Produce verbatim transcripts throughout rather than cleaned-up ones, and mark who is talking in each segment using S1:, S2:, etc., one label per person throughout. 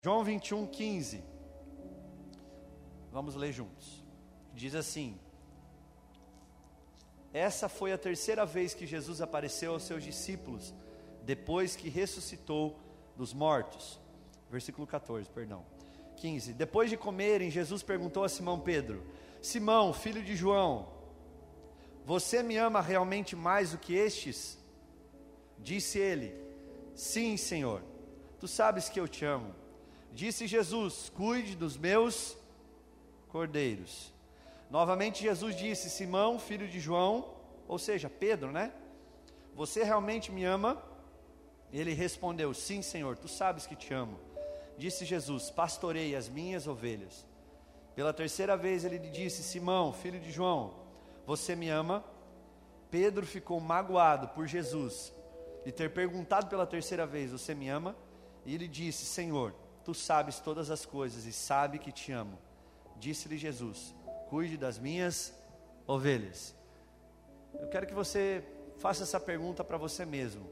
S1: João vinte e um, quinze. Vamos ler juntos. Diz assim: essa foi a terceira vez que Jesus apareceu aos seus discípulos, depois que ressuscitou dos mortos. Versículo catorze, perdão. quinze. Depois de comerem, Jesus perguntou a Simão Pedro: Simão, filho de João, você me ama realmente mais do que estes? Disse ele: sim, Senhor, tu sabes que eu te amo. Disse Jesus: cuide dos meus cordeiros. Novamente Jesus disse: Simão, filho de João, ou seja, Pedro, né? Você realmente me ama? Ele respondeu: sim, Senhor, tu sabes que te amo. Disse Jesus: pastorei as minhas ovelhas. Pela terceira vez ele lhe disse: Simão, filho de João, você me ama? Pedro ficou magoado por Jesus de ter perguntado pela terceira vez: você me ama? E ele disse: Senhor, tu sabes todas as coisas e sabe que te amo. Disse-lhe Jesus: cuide das minhas ovelhas. Eu quero que você faça essa pergunta para você mesmo.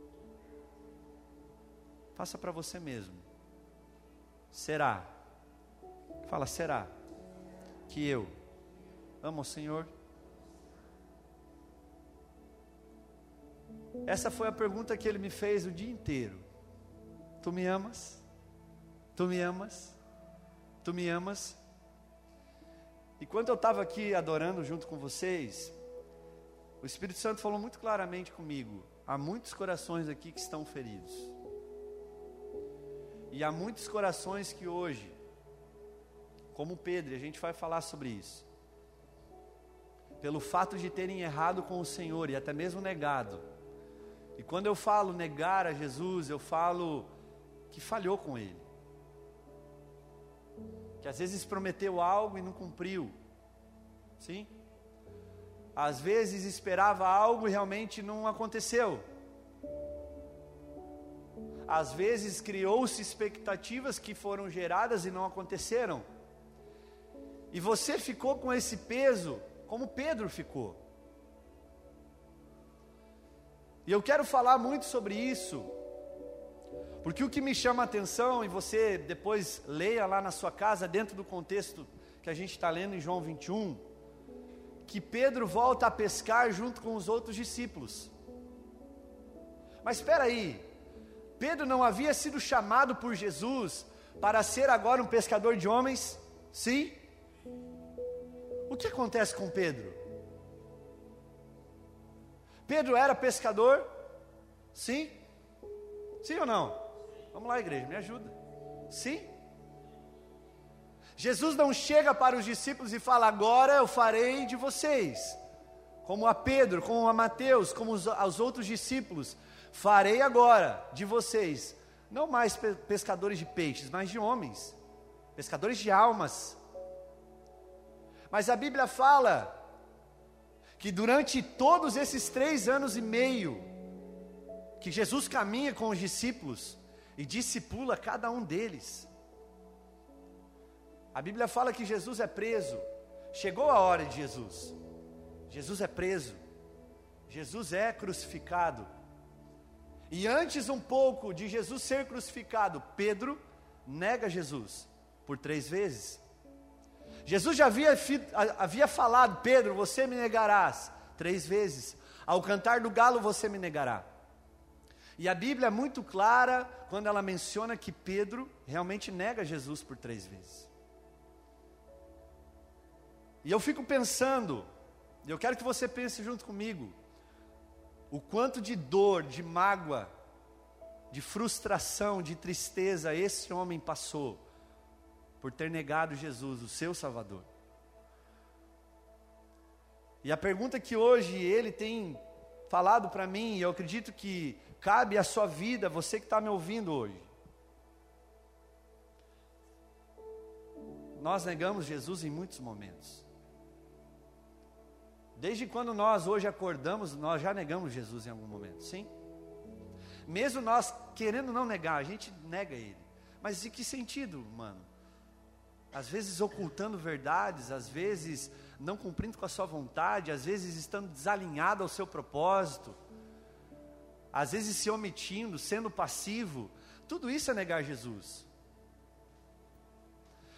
S1: Faça para você mesmo. Será? Fala, será que eu amo o Senhor? Essa foi a pergunta que ele me fez o dia inteiro. Tu me amas? Tu me amas? Tu me amas? E quando eu estava aqui adorando junto com vocês, o Espírito Santo falou muito claramente comigo: há muitos corações aqui que estão feridos. E há muitos corações que hoje, como Pedro, e a gente vai falar sobre isso, pelo fato de terem errado com o Senhor e até mesmo negado. E quando eu falo negar a Jesus, eu falo que falhou com Ele. Que às vezes prometeu algo e não cumpriu. Sim? Às vezes esperava algo e realmente não aconteceu. Às vezes criou-se expectativas que foram geradas e não aconteceram. E você ficou com esse peso, como Pedro ficou. E eu quero falar muito sobre isso, porque o que me chama a atenção, e você depois leia lá na sua casa, dentro do contexto que a gente está lendo em João vinte e um, que Pedro volta a pescar junto com os outros discípulos. Mas espera aí, Pedro não havia sido chamado por Jesus para ser agora um pescador de homens? Sim? O que acontece com Pedro? Pedro era pescador? Sim? Sim ou não? Vamos lá, igreja, me ajuda. Sim? Jesus não chega para os discípulos e fala: agora eu farei de vocês, como a Pedro, como a Mateus, como os, aos outros discípulos, farei agora de vocês, não mais pe- pescadores de peixes, mas de homens, pescadores de almas. Mas a Bíblia fala que durante todos esses três anos e meio, que Jesus caminha com os discípulos e discipula cada um deles, a Bíblia fala que Jesus é preso. Chegou a hora de Jesus. Jesus é preso. Jesus é crucificado. E antes um pouco de Jesus ser crucificado, Pedro nega Jesus por três vezes. Jesus já havia, havia falado: Pedro, você me negarás três vezes. Ao cantar do galo você me negará. E a Bíblia é muito clara quando ela menciona que Pedro realmente nega Jesus por três vezes. E eu fico pensando, e eu quero que você pense junto comigo, o quanto de dor, de mágoa, de frustração, de tristeza esse homem passou por ter negado Jesus, o seu Salvador. E a pergunta que hoje ele tem falado para mim, e eu acredito que cabe à sua vida, você que está me ouvindo hoje: nós negamos Jesus em muitos momentos. Desde quando nós hoje acordamos, nós já negamos Jesus em algum momento, sim? Mesmo nós querendo não negar, a gente nega Ele. Mas em que sentido, mano? Às vezes ocultando verdades, às vezes não cumprindo com a sua vontade, às vezes estando desalinhado ao seu propósito, às vezes se omitindo, sendo passivo. Tudo isso é negar Jesus.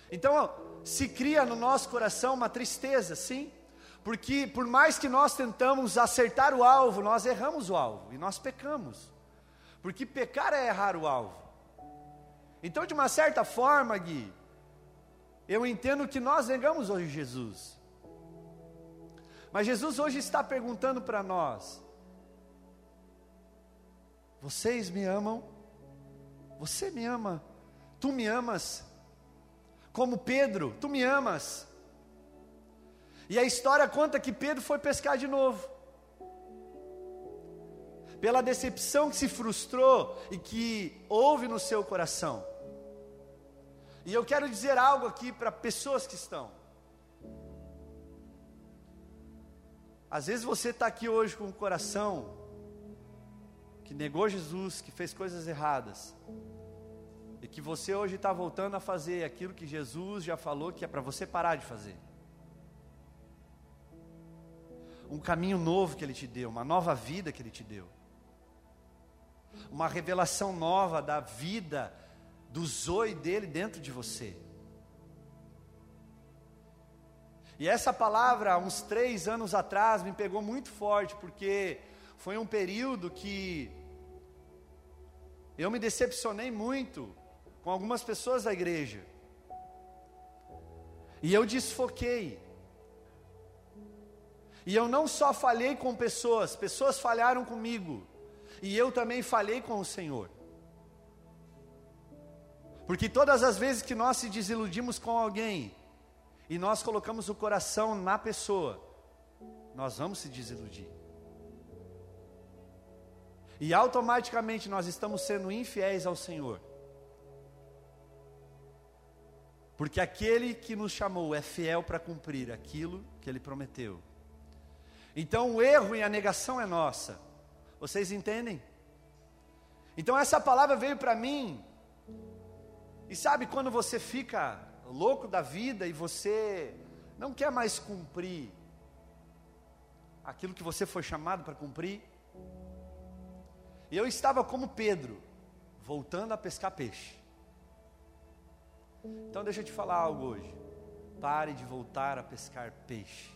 S1: Então, se cria no nosso coração uma tristeza, sim, porque por mais que nós tentamos acertar o alvo, nós erramos o alvo, e nós pecamos, porque pecar é errar o alvo. Então, de uma certa forma, Gui, eu entendo que nós negamos hoje Jesus, mas Jesus hoje está perguntando para nós: vocês me amam? Você me ama? Tu me amas? Como Pedro, tu me amas? E a história conta que Pedro foi pescar de novo, pela decepção que se frustrou e que houve no seu coração. E eu quero dizer algo aqui para pessoas que estão. Às vezes você está aqui hoje com um coração que negou Jesus, que fez coisas erradas, e que você hoje está voltando a fazer aquilo que Jesus já falou que é para você parar de fazer. Um caminho novo que Ele te deu, uma nova vida que Ele te deu, uma revelação nova da vida, do zoe dele dentro de você. E essa palavra, há uns três anos atrás, me pegou muito forte, porque foi um período que eu me decepcionei muito com algumas pessoas da igreja, e eu desfoquei, e eu não só falhei com pessoas, pessoas falharam comigo, e eu também falhei com o Senhor, porque todas as vezes que nós se desiludimos com alguém, e nós colocamos o coração na pessoa, nós vamos se desiludir, e automaticamente nós estamos sendo infiéis ao Senhor, porque aquele que nos chamou é fiel para cumprir aquilo que Ele prometeu. Então o erro e a negação é nossa, vocês entendem? Então essa palavra veio para mim, e sabe quando você fica louco da vida e você não quer mais cumprir aquilo que você foi chamado para cumprir? E eu estava como Pedro, voltando a pescar peixe. Então deixa eu te falar algo hoje: pare de voltar a pescar peixe.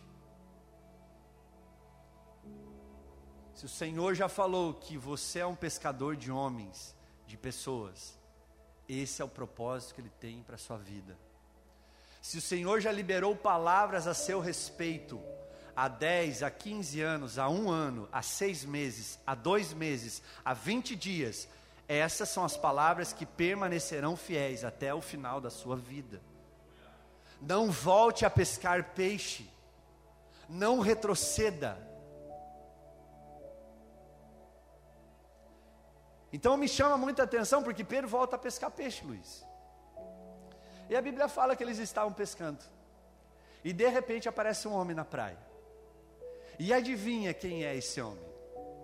S1: Se o Senhor já falou que você é um pescador de homens, de pessoas, esse é o propósito que Ele tem para a sua vida. Se o Senhor já liberou palavras a seu respeito, há dez, há quinze anos, há um ano, há seis meses, há dois meses, há vinte dias, essas são as palavras que permanecerão fiéis até o final da sua vida. Não volte a pescar peixe, não retroceda. Então me chama muita atenção, porque Pedro volta a pescar peixe, Luiz. E a Bíblia fala que eles estavam pescando, e de repente aparece um homem na praia. E adivinha quem é esse homem?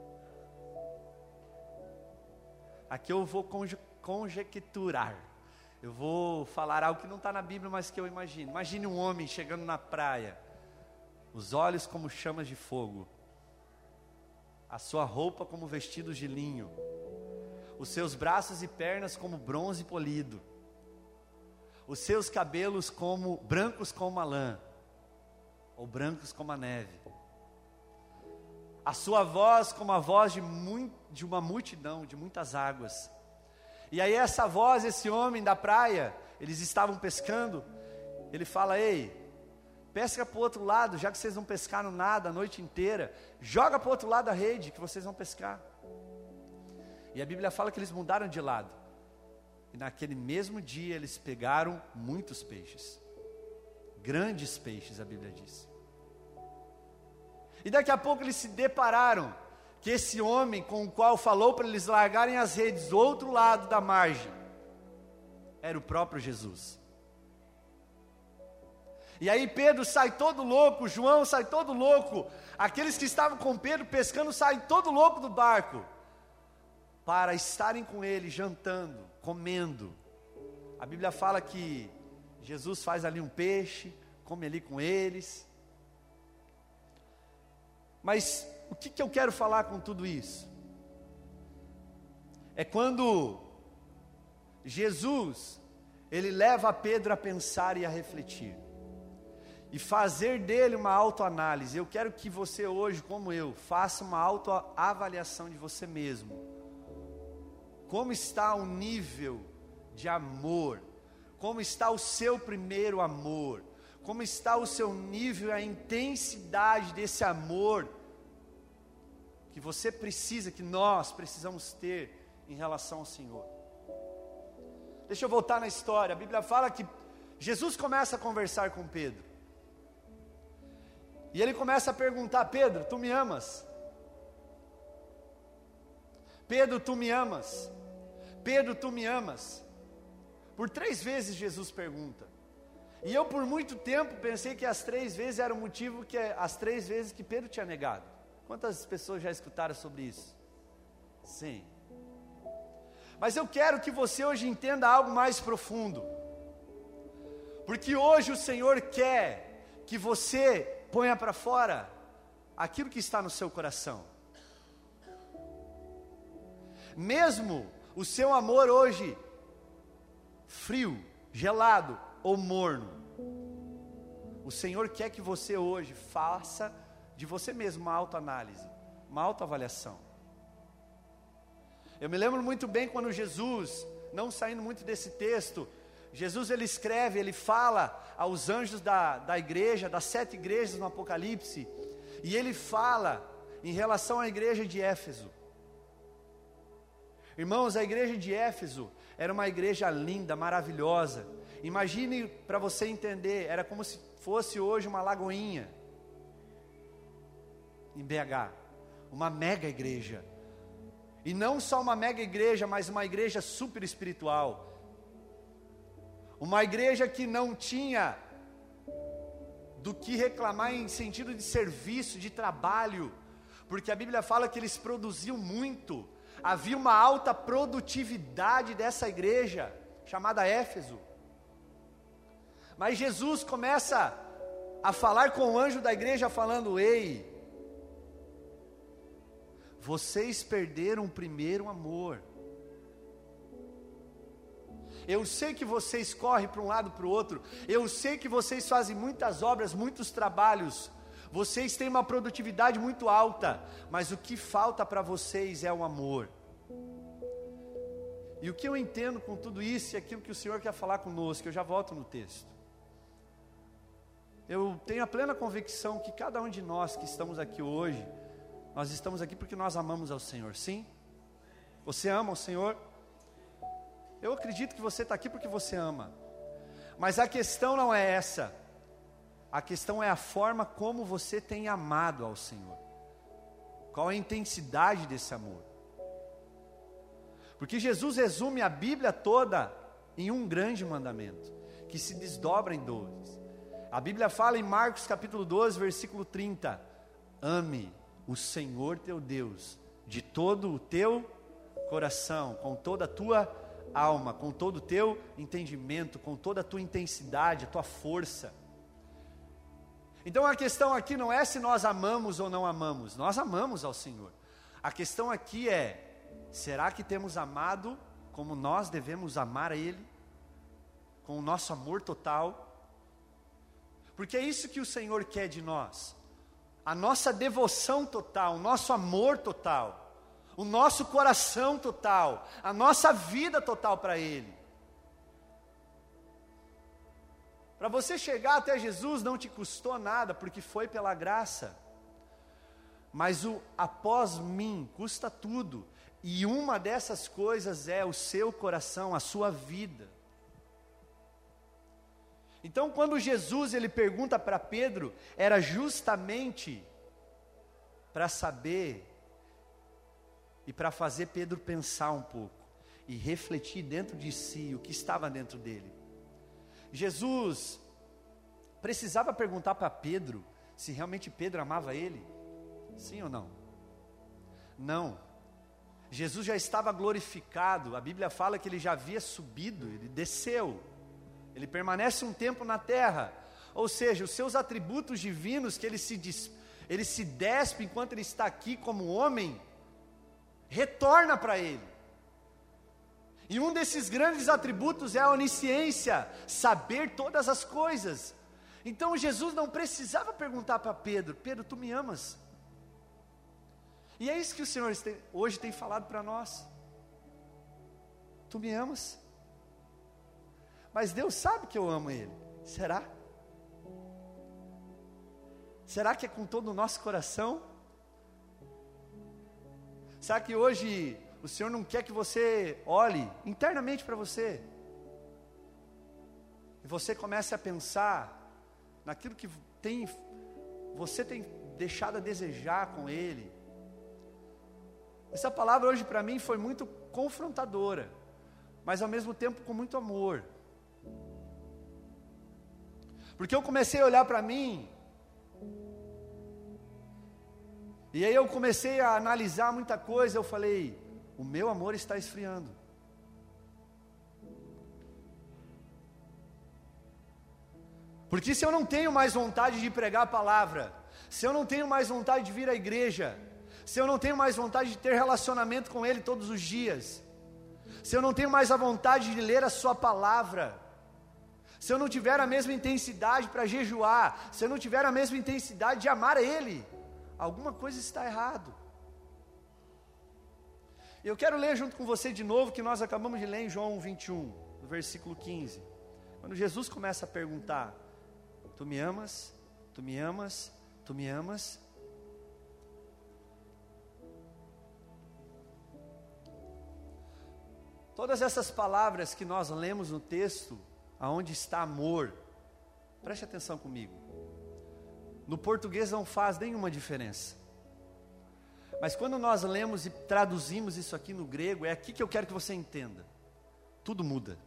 S1: Aqui eu vou conje conjecturar. Eu vou falar algo que não está na Bíblia, mas que eu imagino. Imagine um homem chegando na praia, os olhos como chamas de fogo, a sua roupa como vestidos de linho, os seus braços e pernas como bronze polido, os seus cabelos como brancos como a lã, ou brancos como a neve, a sua voz como a voz de, muito, de uma multidão, de muitas águas. E aí essa voz, esse homem da praia, eles estavam pescando, ele fala: ei, pesca para o outro lado, já que vocês não pescaram nada a noite inteira, joga para o outro lado da rede que vocês vão pescar. E a Bíblia fala que eles mudaram de lado, e naquele mesmo dia eles pegaram muitos peixes, grandes peixes, a Bíblia diz. E daqui a pouco eles se depararam que esse homem com o qual falou para eles largarem as redes do outro lado da margem, era o próprio Jesus. E aí Pedro sai todo louco, João sai todo louco, aqueles que estavam com Pedro pescando saem todo louco do barco, para estarem com ele, jantando, comendo. A Bíblia fala que Jesus faz ali um peixe, come ali com eles. Mas o que, que eu quero falar com tudo isso? É quando Jesus, ele leva Pedro a pensar e a refletir, e fazer dele uma autoanálise. Eu quero que você hoje, como eu, faça uma autoavaliação de você mesmo. Como está o nível de amor? Como está o seu primeiro amor? Como está o seu nível, a intensidade desse amor que você precisa, que nós precisamos ter em relação ao Senhor? Deixa eu voltar na história. A Bíblia fala que Jesus começa a conversar com Pedro. E ele começa a perguntar: Pedro, tu me amas? Pedro, tu me amas? Pedro, tu me amas? Por três vezes Jesus pergunta. E eu por muito tempo pensei que as três vezes era o motivo que as três vezes que Pedro tinha negado. Quantas pessoas já escutaram sobre isso? Sim. Mas eu quero que você hoje entenda algo mais profundo. Porque hoje o Senhor quer que você ponha para fora aquilo que está no seu coração. Mesmo o seu amor hoje frio, gelado ou morno, o Senhor quer que você hoje faça de você mesmo uma autoanálise, uma autoavaliação. Eu me lembro muito bem quando Jesus, não saindo muito desse texto, Jesus ele escreve, ele fala aos anjos da, da igreja, das sete igrejas no Apocalipse, e ele fala em relação à igreja de Éfeso. Irmãos, a igreja de Éfeso era uma igreja linda, maravilhosa. Imagine, para você entender, era como se fosse hoje uma Lagoinha, em B H, uma mega igreja. E não só uma mega igreja, mas uma igreja super espiritual. Uma igreja que não tinha do que reclamar em sentido de serviço, de trabalho, porque a Bíblia fala que eles produziam muito. Havia uma alta produtividade dessa igreja, chamada Éfeso. Mas Jesus começa a falar com o anjo da igreja, falando: ei, vocês perderam o primeiro amor. Eu sei que vocês correm para um lado para o outro. Eu sei que vocês fazem muitas obras, muitos trabalhos. Vocês têm uma produtividade muito alta. Mas o que falta para vocês é o amor. E o que eu entendo com tudo isso é aquilo que o Senhor quer falar conosco. Eu já volto no texto. Eu tenho a plena convicção que cada um de nós que estamos aqui hoje, nós estamos aqui porque nós amamos ao Senhor. Sim? Você ama o Senhor? Eu acredito que você está aqui porque você ama. Mas a questão não é essa. A questão é a forma como você tem amado ao Senhor. Qual é a intensidade desse amor? Porque Jesus resume a Bíblia toda em um grande mandamento, que se desdobra em doze. A Bíblia fala em Marcos capítulo doze, versículo trinta: ame o Senhor teu Deus de todo o teu coração, com toda a tua alma, com todo o teu entendimento, com toda a tua intensidade, a tua força. Então a questão aqui não é se nós amamos ou não amamos. Nós amamos ao Senhor. A questão aqui é: será que temos amado como nós devemos amar a Ele? Com o nosso amor total? Porque é isso que o Senhor quer de nós. A nossa devoção total, o nosso amor total, o nosso coração total, a nossa vida total para Ele. Para você chegar até Jesus não te custou nada, porque foi pela graça. Mas o após mim custa tudo. E uma dessas coisas é o seu coração, a sua vida. Então quando Jesus ele pergunta para Pedro, era justamente para saber e para fazer Pedro pensar um pouco e refletir dentro de si o que estava dentro dele. Jesus precisava perguntar para Pedro se realmente Pedro amava ele? Sim ou não? Não. Jesus já estava glorificado. A Bíblia fala que ele já havia subido, ele desceu. Ele permanece um tempo na terra. Ou seja, os seus atributos divinos que ele se, des, ele se despe enquanto ele está aqui como homem, retorna para ele. E um desses grandes atributos é a onisciência, saber todas as coisas. Então Jesus não precisava perguntar para Pedro: Pedro, tu me amas? E é isso que o Senhor hoje tem falado para nós. Tu me amas? Mas Deus sabe que eu amo Ele. Será? Será que é com todo o nosso coração? Será que hoje o Senhor não quer que você olhe internamente para você? E você comece a pensar naquilo que tem, você tem deixado a desejar com Ele. Essa palavra hoje para mim foi muito confrontadora, mas ao mesmo tempo com muito amor. Porque eu comecei a olhar para mim, e aí eu comecei a analisar muita coisa. Eu falei: o meu amor está esfriando. Porque se eu não tenho mais vontade de pregar a palavra, se eu não tenho mais vontade de vir à igreja, se eu não tenho mais vontade de ter relacionamento com Ele todos os dias, se eu não tenho mais a vontade de ler a Sua palavra, se eu não tiver a mesma intensidade para jejuar, se eu não tiver a mesma intensidade de amar a Ele, alguma coisa está errado. Eu quero ler junto com você de novo, que nós acabamos de ler em João vinte e um, no versículo quinze. Quando Jesus começa a perguntar: tu me amas? Tu me amas? Tu me amas? Todas essas palavras que nós lemos no texto, aonde está amor, preste atenção comigo, no português não faz nenhuma diferença, mas quando nós lemos e traduzimos isso aqui no grego, é aqui que eu quero que você entenda, tudo muda.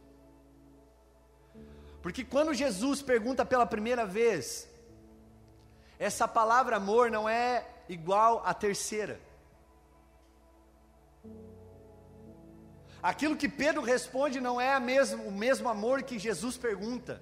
S1: Porque quando Jesus pergunta pela primeira vez, essa palavra amor não é igual à terceira. Aquilo que Pedro responde não é a mesmo, o mesmo amor que Jesus pergunta.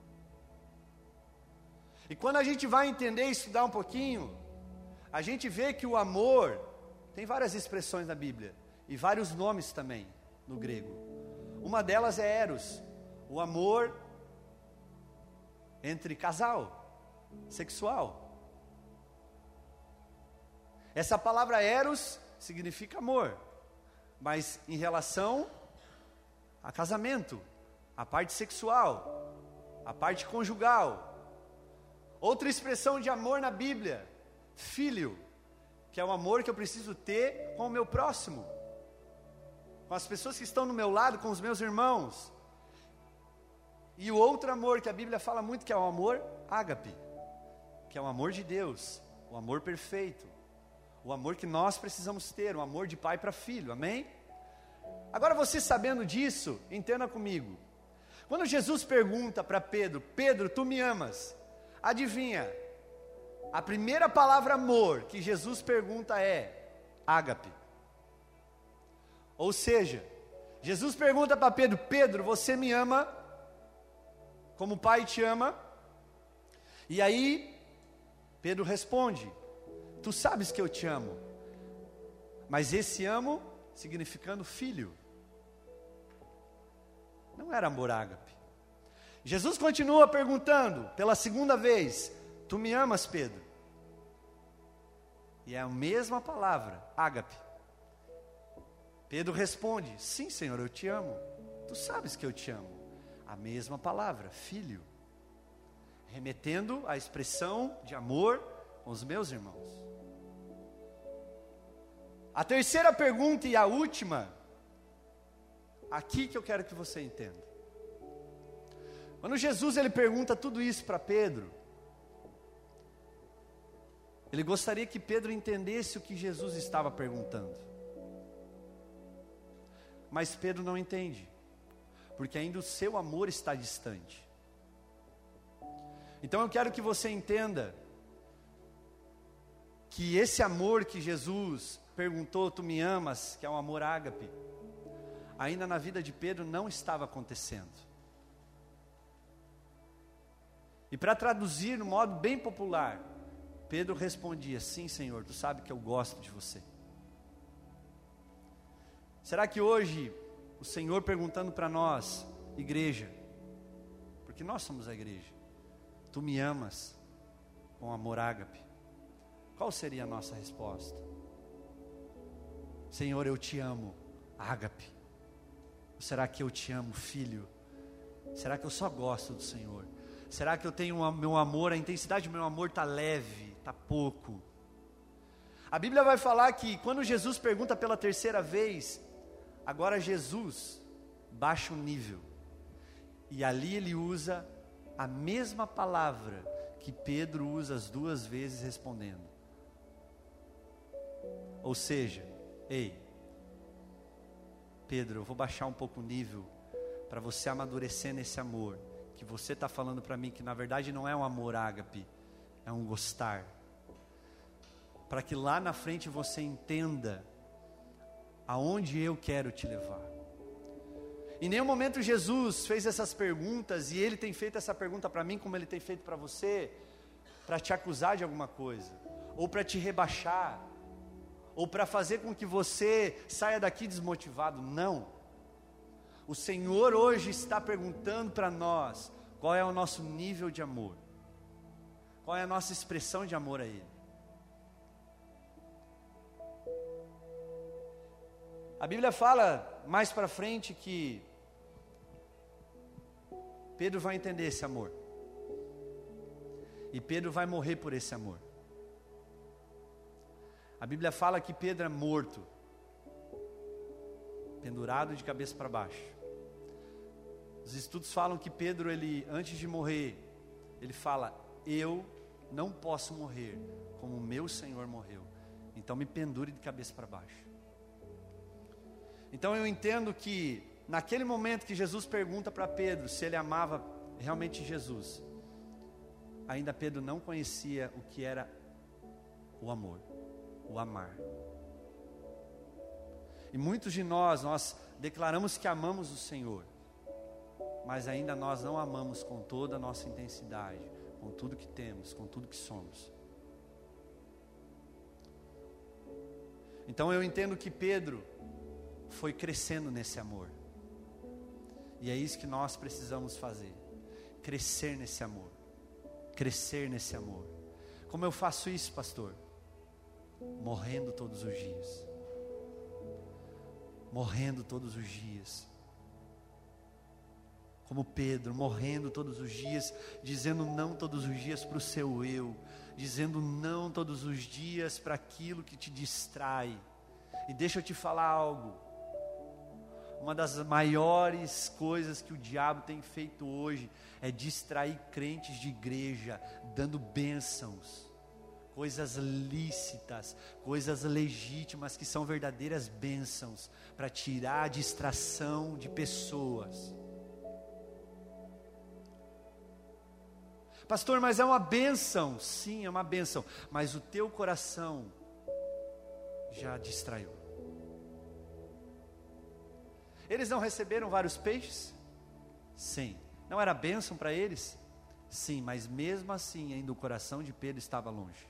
S1: E quando a gente vai entender e estudar um pouquinho, a gente vê que o amor tem várias expressões na Bíblia, e vários nomes também no grego. Uma delas é eros, o amor entre casal, sexual. Essa palavra eros significa amor, mas em relação a casamento, a parte sexual, a parte conjugal. Outra expressão de amor na Bíblia, filho, que é o amor que eu preciso ter com o meu próximo, com as pessoas que estão no meu lado, com os meus irmãos. E o outro amor que a Bíblia fala muito, que é o amor ágape, que é o amor de Deus, o amor perfeito, o amor que nós precisamos ter, o amor de pai para filho, amém? Agora você sabendo disso, entenda comigo, quando Jesus pergunta para Pedro: Pedro, tu me amas? Adivinha, a primeira palavra amor que Jesus pergunta é ágape. Ou seja, Jesus pergunta para Pedro: Pedro, você me ama como o Pai te ama? E aí Pedro responde: tu sabes que eu te amo. Mas esse amo significando filho, não era amor ágape. Jesus continua perguntando pela segunda vez: tu me amas, Pedro? E é a mesma palavra, ágape. Pedro responde: sim, Senhor, eu te amo. Tu sabes que eu te amo. A mesma palavra, filho, remetendo à expressão de amor com os meus irmãos. A terceira pergunta e a última, aqui que eu quero que você entenda. Quando Jesus ele pergunta tudo isso para Pedro, ele gostaria que Pedro entendesse o que Jesus estava perguntando. Mas Pedro não entende, porque ainda o seu amor está distante. Então eu quero que você entenda que esse amor que Jesus perguntou, tu me amas, que é um amor ágape, ainda na vida de Pedro não estava acontecendo. E para traduzir no modo bem popular, Pedro respondia: sim, Senhor, tu sabe que eu gosto de você. Será que hoje o Senhor perguntando para nós, igreja, porque nós somos a igreja, tu me amas com amor ágape, qual seria a nossa resposta? Senhor, eu te amo, ágape. Ou será que eu te amo, filho? Será que eu só gosto do Senhor? Será que eu tenho um, meu amor, a intensidade do meu amor está leve, está pouco? A Bíblia vai falar que quando Jesus pergunta pela terceira vez, agora Jesus baixa o nível. E ali ele usa a mesma palavra que Pedro usa as duas vezes respondendo. Ou seja, ei, Pedro, eu vou baixar um pouco o nível para você amadurecer nesse amor que você está falando para mim, que na verdade não é um amor ágape, é um gostar, para que lá na frente você entenda aonde eu quero te levar. Em nenhum momento Jesus fez essas perguntas, e Ele tem feito essa pergunta para mim, como Ele tem feito para você, para te acusar de alguma coisa, ou para te rebaixar, ou para fazer com que você saia daqui desmotivado. Não. O Senhor hoje está perguntando para nós, qual é o nosso nível de amor, qual é a nossa expressão de amor a Ele. A Bíblia fala mais para frente que Pedro vai entender esse amor, e Pedro vai morrer por esse amor. A Bíblia fala que Pedro é morto, pendurado de cabeça para baixo. Os estudos falam que Pedro, ele, antes de morrer, ele fala, eu não posso morrer como o meu Senhor morreu, então me pendure de cabeça para baixo. Então eu entendo que naquele momento que Jesus pergunta para Pedro se ele amava realmente Jesus, ainda Pedro não conhecia o que era o amor, o amar. E muitos de nós, nós declaramos que amamos o Senhor, mas ainda nós não amamos com toda a nossa intensidade, com tudo que temos, com tudo que somos. Então eu entendo que Pedro foi crescendo nesse amor, e é isso que nós precisamos fazer, crescer nesse amor, crescer nesse amor. Como eu faço isso, pastor? Morrendo todos os dias, morrendo todos os dias, como Pedro, morrendo todos os dias, dizendo não todos os dias para o seu eu, dizendo não todos os dias para aquilo que te distrai. E deixa eu te falar algo, uma das maiores coisas que o diabo tem feito hoje é distrair crentes de igreja, dando bênçãos, coisas lícitas, coisas legítimas, que são verdadeiras bênçãos, para tirar a distração de pessoas. Pastor, mas é uma bênção. Sim, é uma bênção, mas o teu coração já distraiu. Eles não receberam vários peixes? Sim. Não era bênção para eles? Sim, mas mesmo assim ainda o coração de Pedro estava longe.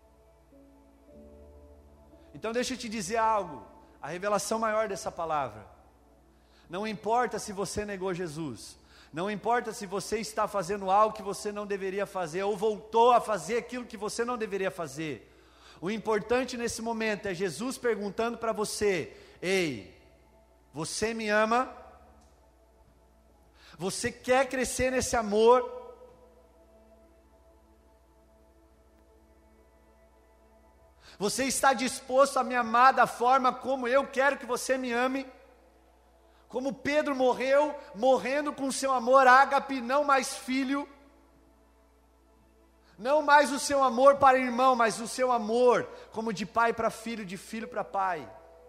S1: Então deixa eu te dizer algo, a revelação maior dessa palavra: não importa se você negou Jesus, não importa se você está fazendo algo que você não deveria fazer, ou voltou a fazer aquilo que você não deveria fazer. O importante nesse momento é Jesus perguntando para você: ei, você me ama? Você quer crescer nesse amor? Você está disposto a me amar da forma como eu quero que você me ame? Como Pedro morreu, morrendo com seu amor ágape, não mais filho, não mais o seu amor para irmão, mas o seu amor como de pai para filho, de filho para pai.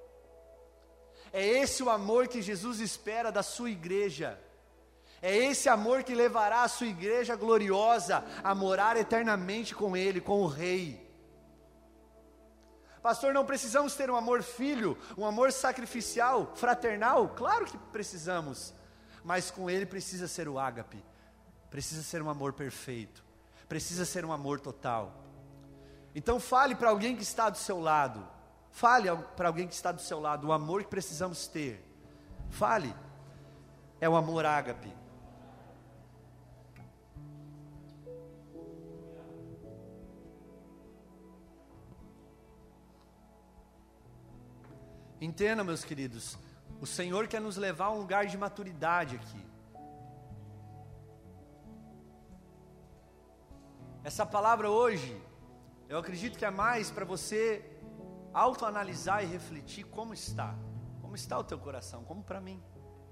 S1: É esse o amor que Jesus espera da sua igreja. É esse amor que levará a sua igreja gloriosa a morar eternamente com Ele, com o Rei. Pastor, não precisamos ter um amor filho, um amor sacrificial, fraternal? Claro que precisamos, mas com Ele precisa ser o ágape, precisa ser um amor perfeito, precisa ser um amor total. Então fale para alguém que está do seu lado, fale para alguém que está do seu lado o amor que precisamos ter, Fale. É o amor ágape. Entenda, meus queridos, o Senhor quer nos levar a um lugar de maturidade aqui. Essa palavra hoje, eu acredito que é mais para você autoanalisar e refletir como está. Como está o teu coração, como para mim.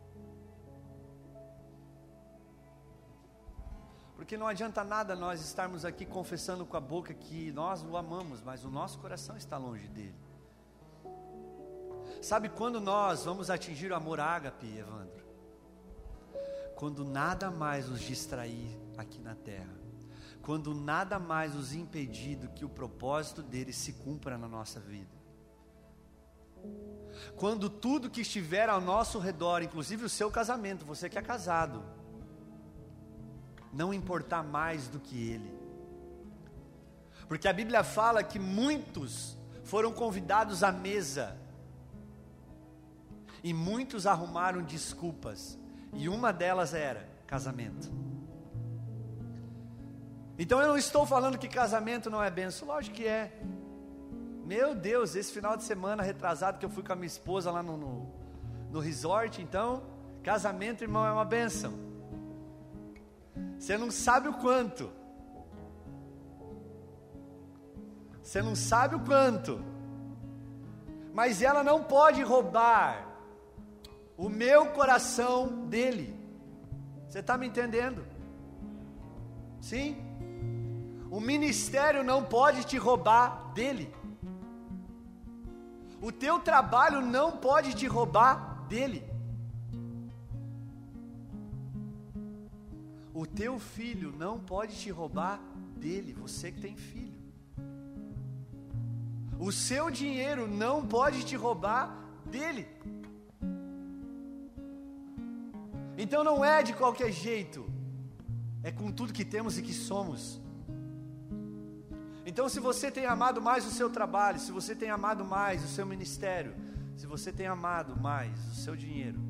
S1: Porque não adianta nada nós estarmos aqui confessando com a boca que nós o amamos, mas o nosso coração está longe dele. Sabe quando nós vamos atingir o amor ágape, Evandro? Quando nada mais nos distrair aqui na terra. Quando nada mais nos impedir do que o propósito dele se cumpra na nossa vida. Quando tudo que estiver ao nosso redor, inclusive o seu casamento, você que é casado, não importar mais do que ele. Porque a Bíblia fala que muitos foram convidados à mesa, e muitos arrumaram desculpas, e uma delas era casamento. Então eu não estou falando que casamento não é bênção, lógico que é. Meu Deus, esse final de semana retrasado que eu fui com a minha esposa lá no, no, no resort, então, casamento, irmão, é uma bênção. Você não sabe o quanto. Você não sabe o quanto. Mas ela não pode roubar o meu coração dele. Você está me entendendo? Sim? O ministério não pode te roubar dele. O teu trabalho não pode te roubar dele. O teu filho não pode te roubar dele, você que tem filho. O seu dinheiro não pode te roubar dele. Então não é de qualquer jeito, é com tudo que temos e que somos. Então se você tem amado mais o seu trabalho, se você tem amado mais o seu ministério, se você tem amado mais o seu dinheiro,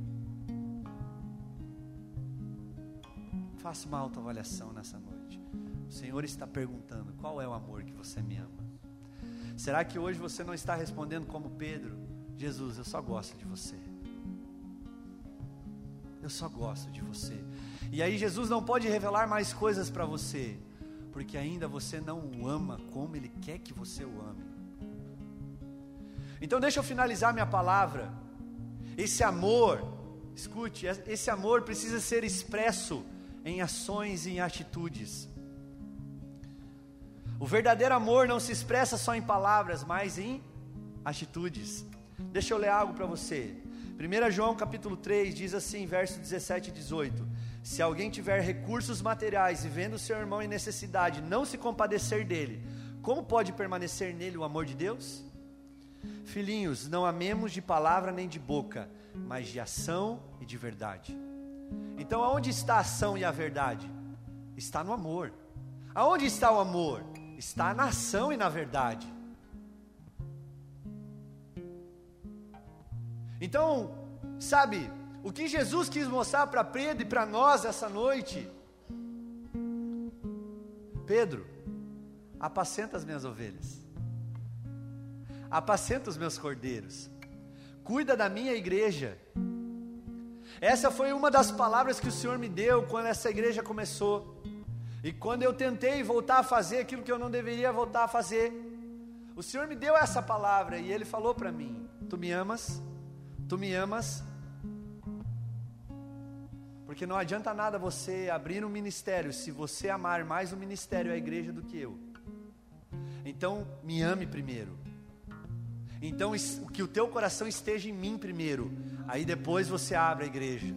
S1: faça uma autoavaliação nessa noite. O Senhor está perguntando, qual é o amor que você me ama? Será que hoje você não está respondendo como Pedro? Jesus, eu só gosto de você. Eu só gosto de você. E aí Jesus não pode revelar mais coisas para você, porque ainda você não o ama como Ele quer que você o ame. Então deixa eu finalizar minha palavra. Esse amor, escute, esse amor precisa ser expresso em ações e em atitudes. O verdadeiro amor não se expressa só em palavras, mas em atitudes. Deixa eu ler algo para você. primeiro João capítulo três diz assim, verso dezessete e dezoito: se alguém tiver recursos materiais e vendo seu irmão em necessidade, não se compadecer dele, como pode permanecer nele o amor de Deus? Filhinhos, não amemos de palavra nem de boca, mas de ação e de verdade. Então aonde está a ação e a verdade? Está no amor. Aonde está o amor? Está na ação e na verdade. Então, sabe, o que Jesus quis mostrar para Pedro e para nós essa noite? Pedro, apacenta as minhas ovelhas, apacenta os meus cordeiros, cuida da minha igreja. Essa foi uma das palavras que o Senhor me deu quando essa igreja começou. E quando eu tentei voltar a fazer aquilo que eu não deveria voltar a fazer, o Senhor me deu essa palavra e Ele falou para mim: tu me amas? Tu me amas? Porque não adianta nada você abrir um ministério se você amar mais o ministério e a igreja do que eu. Então me ame primeiro. Então que o teu coração esteja em mim primeiro, aí depois você abre a igreja.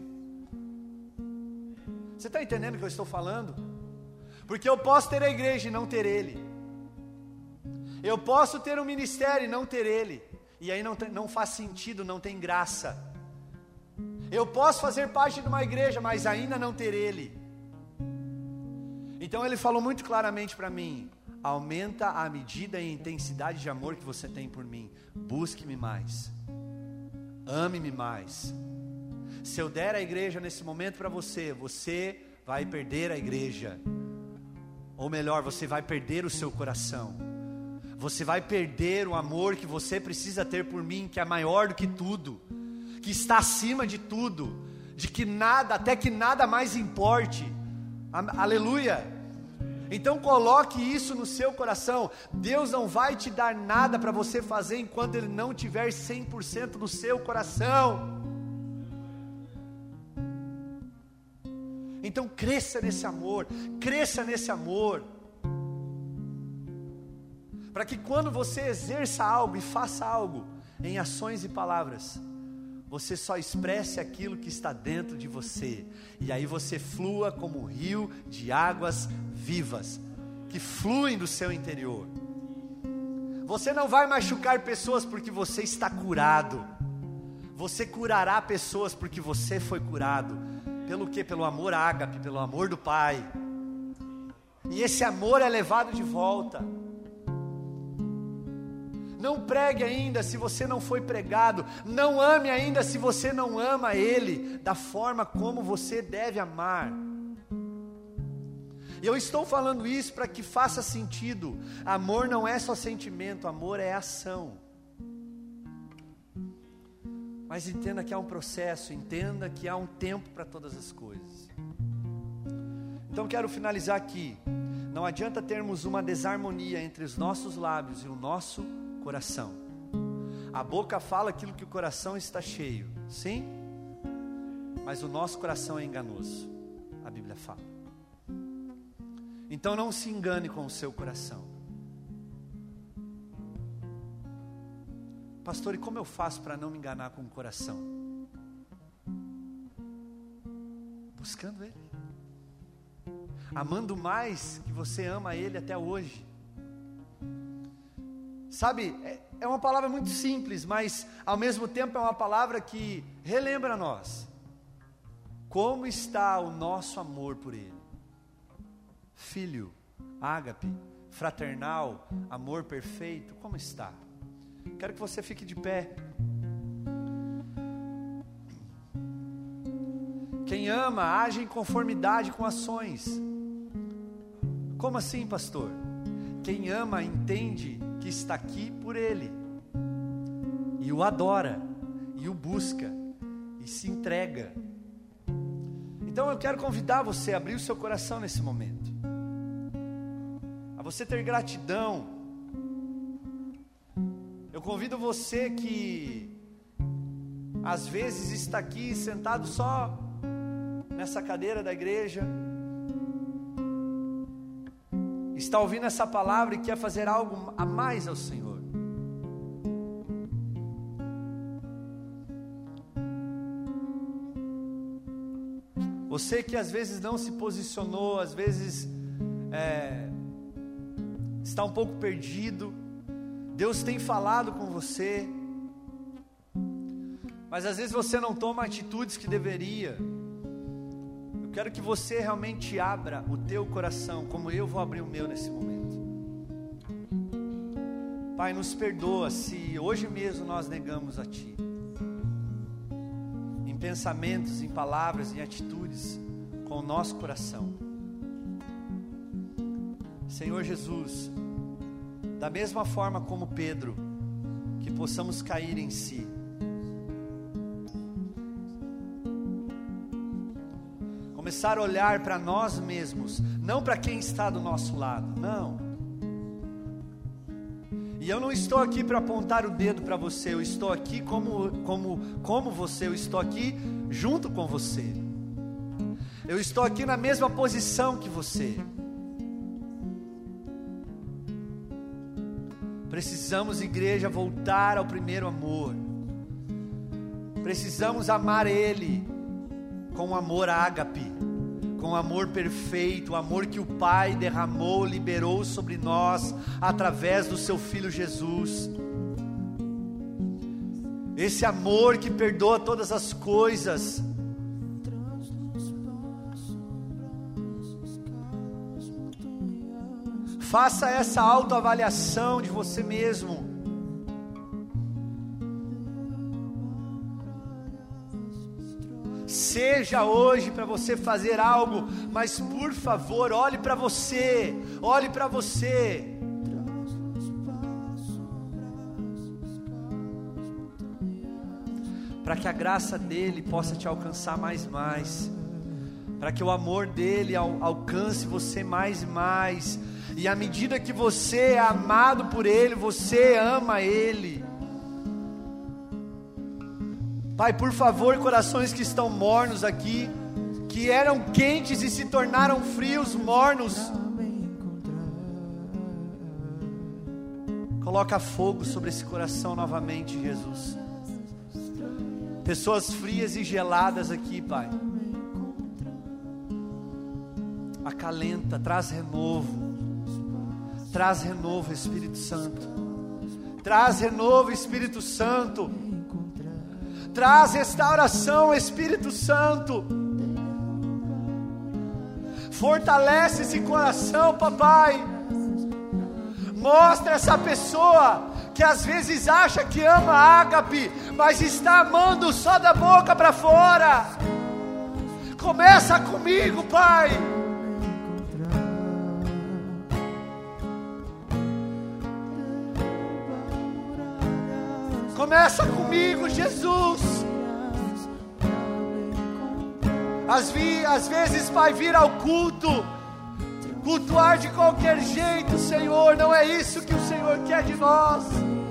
S1: Você está entendendo o que eu estou falando? Porque eu posso ter a igreja e não ter Ele. Eu posso ter um ministério e não ter Ele. E aí não, tem, não faz sentido, não tem graça. Eu posso fazer parte de uma igreja, mas ainda não ter Ele. Então Ele falou muito claramente para mim: aumenta a medida e a intensidade de amor que você tem por mim. Busque-me mais. Ame-me mais. Se eu der a igreja nesse momento para você, você vai perder a igreja. Ou melhor, você vai perder o seu coração. Você vai perder o amor que você precisa ter por mim, que é maior do que tudo, que está acima de tudo, de que nada, até que nada mais importe. Aleluia. Então coloque isso no seu coração. Deus não vai te dar nada para você fazer enquanto Ele não tiver cem por cento do seu coração. Então cresça nesse amor, cresça nesse amor, para que quando você exerça algo e faça algo, em ações e palavras, você só expresse aquilo que está dentro de você, e aí você flua como um rio de águas vivas, que fluem do seu interior. Você não vai machucar pessoas porque você está curado, você curará pessoas porque você foi curado. Pelo que? Pelo amor ágape, pelo amor do Pai. E esse amor é levado de volta. Não pregue ainda se você não foi pregado. Não ame ainda se você não ama Ele da forma como você deve amar. E eu estou falando isso para que faça sentido. Amor não é só sentimento, amor é ação. Mas entenda que há um processo, entenda que há um tempo para todas as coisas. Então quero finalizar aqui. Não adianta termos uma desarmonia entre os nossos lábios e o nosso coração. A boca fala aquilo que o coração está cheio, sim? Mas o nosso coração é enganoso, a Bíblia fala. Então não se engane com o seu coração. Pastor, e como eu faço para não me enganar com o coração? Buscando Ele, amando mais que você ama Ele até hoje. Sabe, é, é uma palavra muito simples, mas ao mesmo tempo é uma palavra que relembra a nós como está o nosso amor por Ele. Filho, ágape, fraternal, amor perfeito, como está? Quero que você fique de pé. Quem ama, age em conformidade com ações. Como assim, pastor? Quem ama, entende que está aqui por Ele, e o adora, e o busca, e se entrega. Então eu quero convidar você a abrir o seu coração nesse momento, a você ter gratidão. Eu convido você que às vezes está aqui sentado só nessa cadeira da igreja, está ouvindo essa palavra e quer fazer algo a mais ao Senhor. Você que às vezes não se posicionou, às vezes é, está um pouco perdido. Deus tem falado com você, mas às vezes você não toma atitudes que deveria. Eu quero que você realmente abra o teu coração, como eu vou abrir o meu nesse momento. Pai, nos perdoa se hoje mesmo nós negamos a Ti, em pensamentos, em palavras, em atitudes, com o nosso coração. Senhor Jesus, da mesma forma como Pedro, que possamos cair em si. Começar a olhar para nós mesmos, não para quem está do nosso lado, não. E eu não estou aqui para apontar o dedo para você, eu estou aqui como, como, como você, eu estou aqui junto com você. Eu estou aqui na mesma posição que você. Precisamos, igreja, voltar ao primeiro amor. Precisamos amar Ele com um amor ágape, com um amor perfeito, o amor que o Pai derramou, liberou sobre nós através do Seu Filho Jesus. Esse amor que perdoa todas as coisas. Faça essa autoavaliação de você mesmo. seja hoje para você fazer algo, mas por favor, olhe para você, olhe para você. Para que a graça dele possa te alcançar mais e mais, para que o amor dele al- alcance você mais e mais, e à medida que você é amado por ele, você ama ele. Pai, por favor, corações que estão mornos aqui, que eram quentes e se tornaram frios, mornos, coloca fogo sobre esse coração novamente, Jesus. Pessoas frias e geladas aqui, Pai, acalenta, traz renovo, traz renovo, Espírito Santo, traz renovo, Espírito Santo, traz restauração, Espírito Santo, fortalece esse coração, papai, mostra essa pessoa que às vezes acha que ama ágape, mas está amando só da boca para fora. Começa comigo, Pai. Começa comigo, Jesus. Às, vi, às vezes, Pai, vir ao culto, cultuar de qualquer jeito, Senhor, não é isso que o Senhor quer de nós.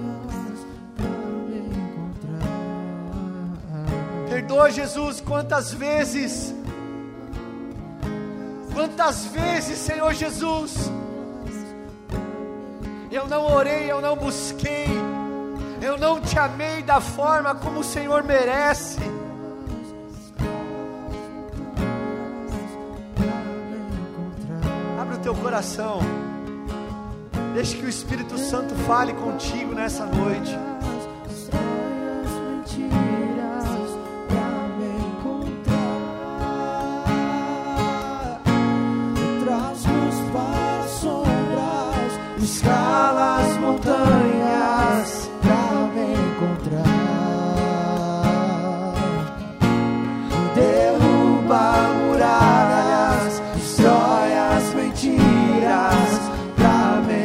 S1: Perdoa, Jesus, quantas vezes, quantas vezes, Senhor Jesus, eu não orei, eu não busquei, eu não te amei da forma como o Senhor merece. Abre o teu coração, deixe que o Espírito Santo fale contigo nessa noite.
S2: Escala as montanhas pra me encontrar, derruba muralhas, destrói as mentiras pra me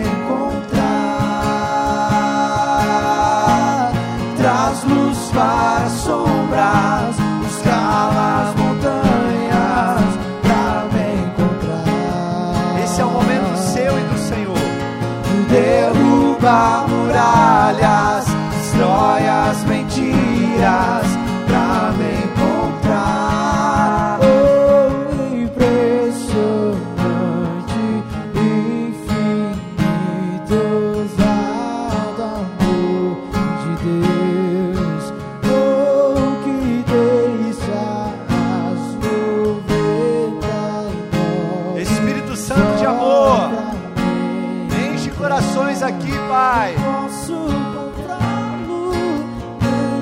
S2: encontrar, traz luz para as sombras, escala as montanhas pra me encontrar.
S1: Esse é o momento seu e do Senhor.
S2: Derruba muralhas, destrói as mentiras pra me encontrar. Oh, impressionante, infinito, ousado amor de Deus. Oh, que delícias noventa e nove.
S1: Espírito Santo de amor, corações aqui, Pai.
S2: Posso comprá-lo, nem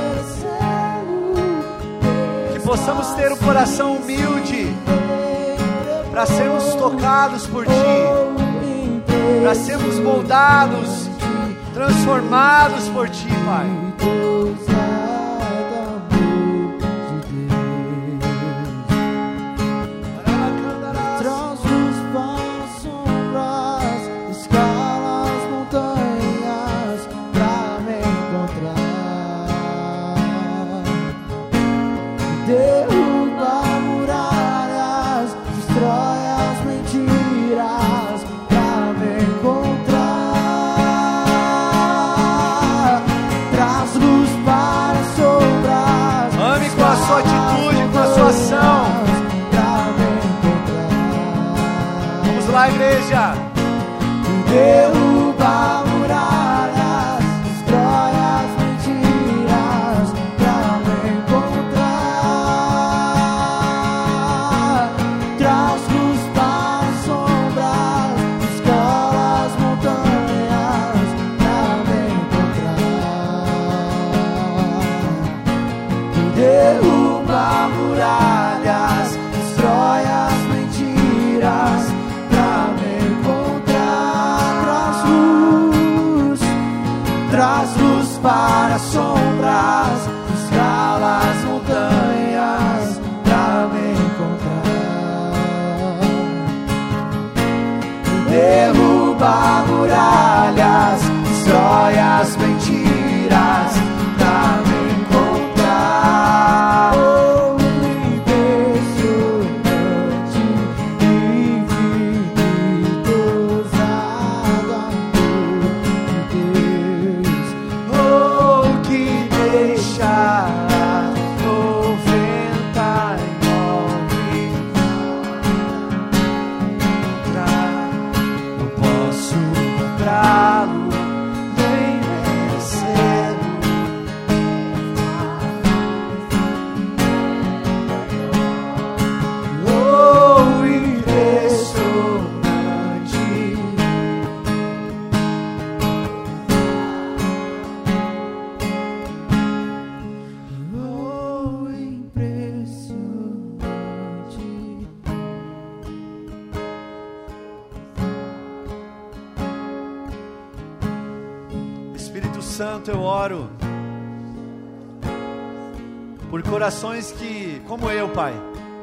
S2: merecê-lo.
S1: Que possamos ter um coração humilde para sermos tocados por Ti, para sermos moldados, transformados por Ti, Pai. Vamos lá, igreja.
S2: Derruba muralhas, destrói as mentiras pra me encontrar. Traz luz para as sombras, escala as montanhas pra me encontrar. Derruba muralhas, destrói as mentiras pra me encontrar. Traz luz. derruba muralhas, destrói as mentiras pra me encontrar. Oh, impressionante, infinitosado amor de Deus. Oh, que deixa
S1: Santo, eu oro por corações que, como eu, Pai,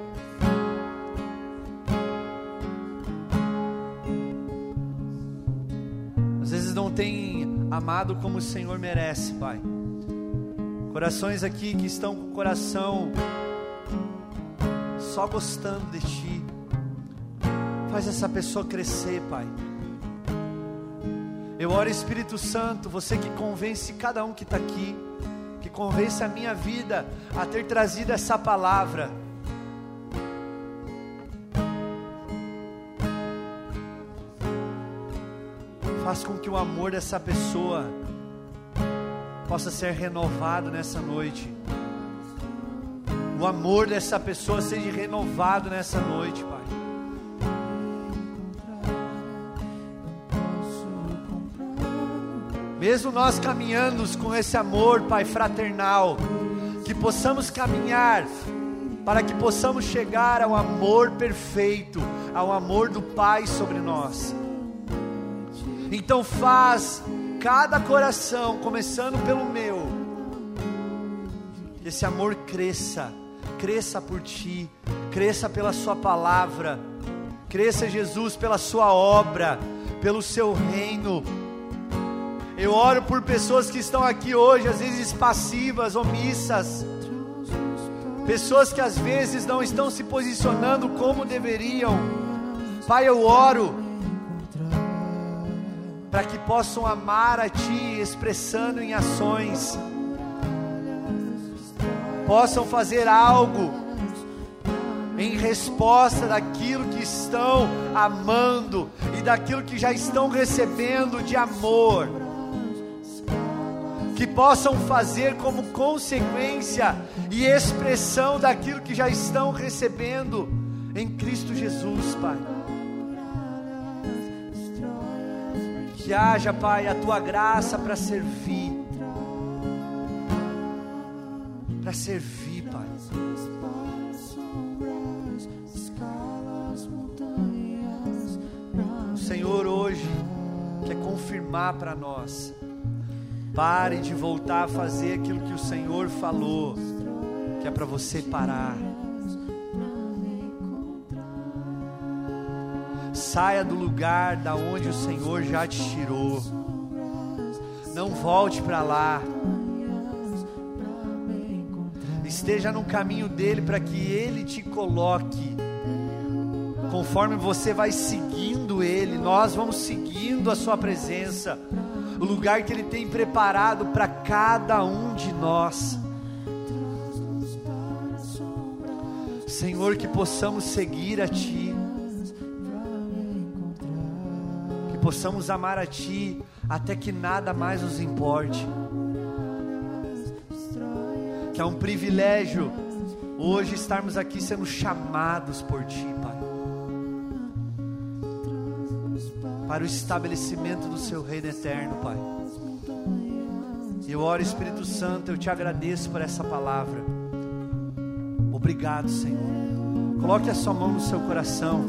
S1: às vezes não tem amado como o Senhor merece, Pai. Corações aqui que estão com o coração só gostando de Ti. Faz essa pessoa crescer, Pai. Eu oro, Espírito Santo, você que convence cada um que está aqui, que convence a minha vida a ter trazido essa palavra. Faz com que o amor dessa pessoa possa ser renovado nessa noite. O amor dessa pessoa seja renovado nessa noite, Pai. Mesmo nós caminhando com esse amor, Pai, fraternal, que possamos caminhar para que possamos chegar ao amor perfeito, ao amor do Pai sobre nós. Então faz cada coração, começando pelo meu, que esse amor cresça, cresça por Ti, cresça pela Sua palavra, cresça, Jesus, pela Sua obra, pelo Seu reino. Eu oro por pessoas que estão aqui hoje, às vezes passivas, omissas, pessoas que às vezes não estão se posicionando como deveriam. Pai, eu oro para que possam amar a Ti, expressando em ações, possam fazer algo em resposta daquilo que estão amando e daquilo que já estão recebendo de amor. Que possam fazer como consequência e expressão daquilo que já estão recebendo em Cristo Jesus, Pai. Que haja, Pai, a Tua graça para servir, para servir, Pai. O Senhor hoje quer confirmar para nós: pare de voltar a fazer aquilo que o Senhor falou, que é para você parar. Saia do lugar da onde o Senhor já te tirou. Não volte para lá. Esteja no caminho dele para que ele te coloque. Conforme você vai seguindo ele, nós vamos seguindo a sua presença, o lugar que Ele tem preparado para cada um de nós. Senhor, que possamos seguir a Ti, que possamos amar a Ti até que nada mais nos importe. Que é um privilégio hoje estarmos aqui sendo chamados por Ti, Pai, para o estabelecimento do Seu reino eterno, Pai. Eu oro, Espírito Santo, eu Te agradeço por essa palavra. Obrigado, Senhor. Coloque a sua mão no seu coração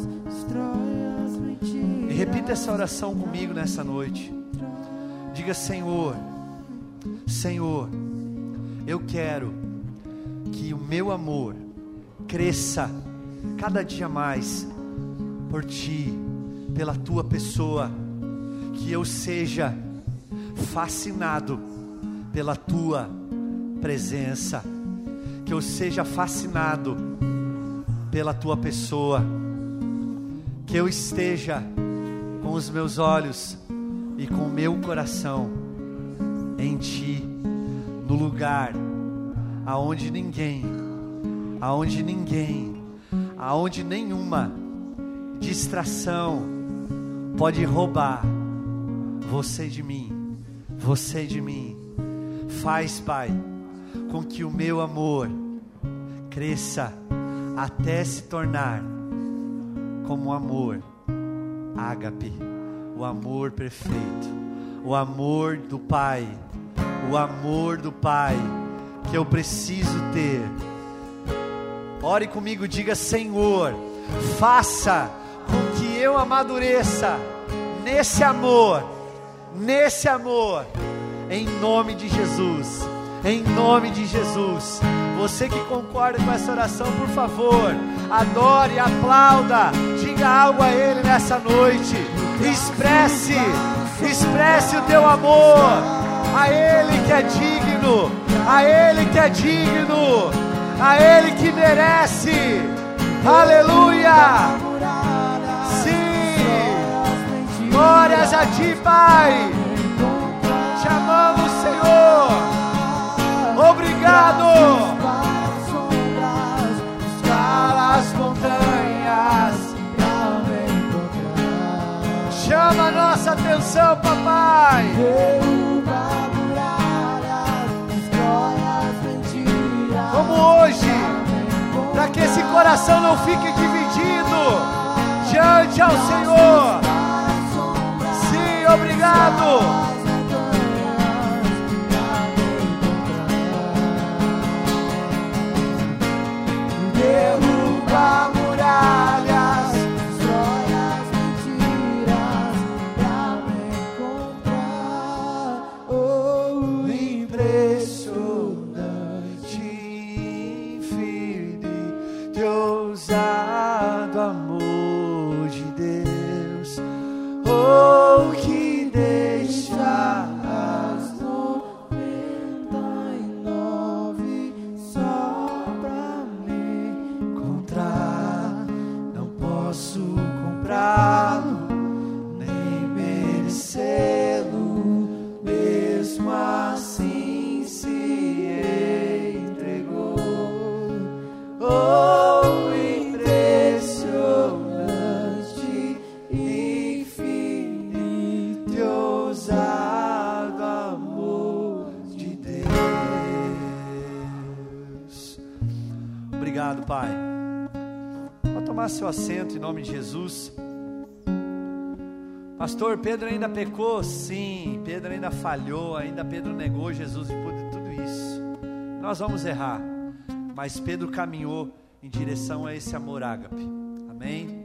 S1: e repita essa oração comigo nessa noite. Diga: Senhor, Senhor, eu quero que o meu amor cresça cada dia mais por Ti, pela tua pessoa, que eu seja fascinado pela tua presença, que eu seja fascinado pela tua pessoa, que eu esteja com os meus olhos e com o meu coração em ti, no lugar aonde ninguém, aonde ninguém, aonde nenhuma distração pode roubar você de mim, você de mim. Faz, Pai, com que o meu amor cresça até se tornar como o amor ágape, o amor perfeito, o amor do Pai, o amor do Pai que eu preciso ter. Ore comigo, diga: Senhor, faça com que eu amadureça nesse amor, nesse amor, em nome de Jesus, em nome de Jesus. Você que concorda com essa oração, por favor, adore, aplauda, diga algo a Ele nessa noite, expresse, expresse o teu amor, a Ele que é digno, a Ele que é digno, a Ele que merece, aleluia, sim, glórias a Ti, Pai, te amamos, Senhor, obrigado. As montanhas pra me encontrar. Chama a nossa atenção, papai. Derruba muralhas, destrói as mentiras. Como hoje, para que esse coração não fique dividido diante ao Senhor. Sim, obrigado. Derruba muralhas, destrói as mentiras pra me encontrar. Oh, impressionante, infinito, ousado amor de Deus. Oh, que deixa as noventa e nove só pra não posso comprá-lo, nem merecê-lo, mesmo assim se entregou. Oh, impressionante, infinito, ousado amor de Deus. Obrigado, Pai. Pode tomar seu assento em nome de Jesus. Pastor, Pedro ainda pecou? Sim, Pedro ainda falhou, ainda Pedro negou Jesus de tudo isso. Nós vamos errar, mas Pedro caminhou em direção a esse amor ágape. Amém?